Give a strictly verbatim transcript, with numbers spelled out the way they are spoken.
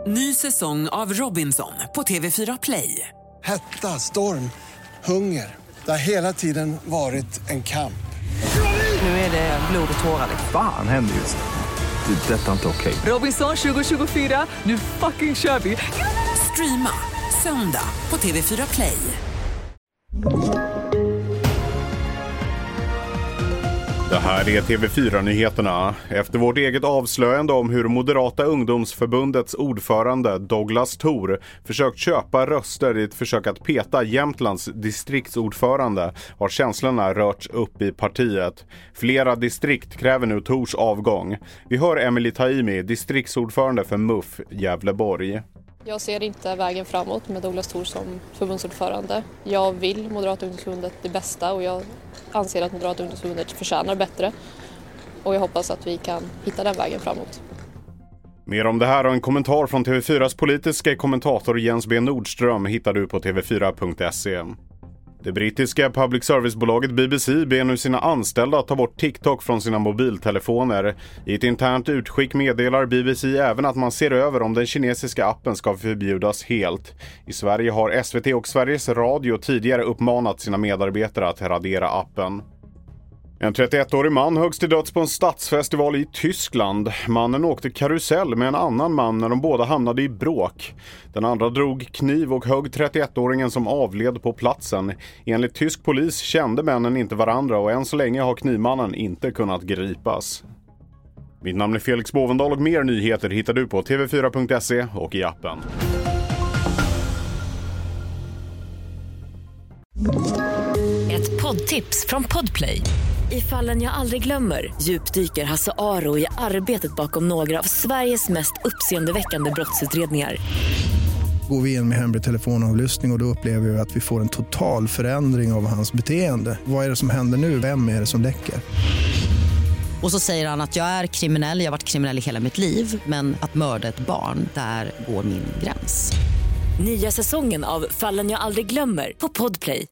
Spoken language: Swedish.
Ny säsong av Robinson på T V fyra Play. Hetta, storm, hunger. Det har hela tiden varit en kamp. Nu är det blod och tårar. Fan händer just det. Det är detta inte okej. Robinson tjugo tjugofyra, nu fucking kör vi. Streama söndag på T V fyra Play. Det här är T V fyra-nyheterna. Efter vårt eget avslöjande om hur Moderata ungdomsförbundets ordförande Douglas Thor försökt köpa röster i ett försök att peta Jämtlands distriktsordförande har känslorna rörts upp i partiet. Flera distrikt kräver nu Thors avgång. Vi hör Emily Taimi, distriktsordförande för M U F Gävleborg. Jag ser inte vägen framåt med Douglas Thor som förbundsordförande. Jag vill Moderata ungdomsförbundet det bästa och jag anser att Moderata ungdomsförbundet förtjänar bättre. Och jag hoppas att vi kan hitta den vägen framåt. Mer om det här och en kommentar från T V fyras politiska kommentator Jens B. Nordström hittar du på t v fyra punkt se. Det brittiska public service-bolaget B B C ber nu sina anställda att ta bort TikTok från sina mobiltelefoner. I ett internt utskick meddelar B B C även att man ser över om den kinesiska appen ska förbjudas helt. I Sverige har S V T och Sveriges Radio tidigare uppmanat sina medarbetare att radera appen. En trettioettårig man högst till döds på en stadsfestival i Tyskland. Mannen åkte karusell med en annan man när de båda hamnade i bråk. Den andra drog kniv och högg trettioettåringen som avled på platsen. Enligt tysk polis kände männen inte varandra och än så länge har knivmannen inte kunnat gripas. Mitt namn är Felix Bovendal och mer nyheter hittar du på t v fyra punkt se och i appen. Ett poddtips från Podplay. I Fallen jag aldrig glömmer djupdyker Hasse Aro i arbetet bakom några av Sveriges mest uppseendeväckande brottsutredningar. Går vi in med hemlig telefonavlyssning och då upplever vi att vi får en total förändring av hans beteende. Vad är det som händer nu? Vem är det som läcker? Och så säger han att jag är kriminell, jag har varit kriminell i hela mitt liv. Men att mörda ett barn, där går min gräns. Nya säsongen av Fallen jag aldrig glömmer på Podplay.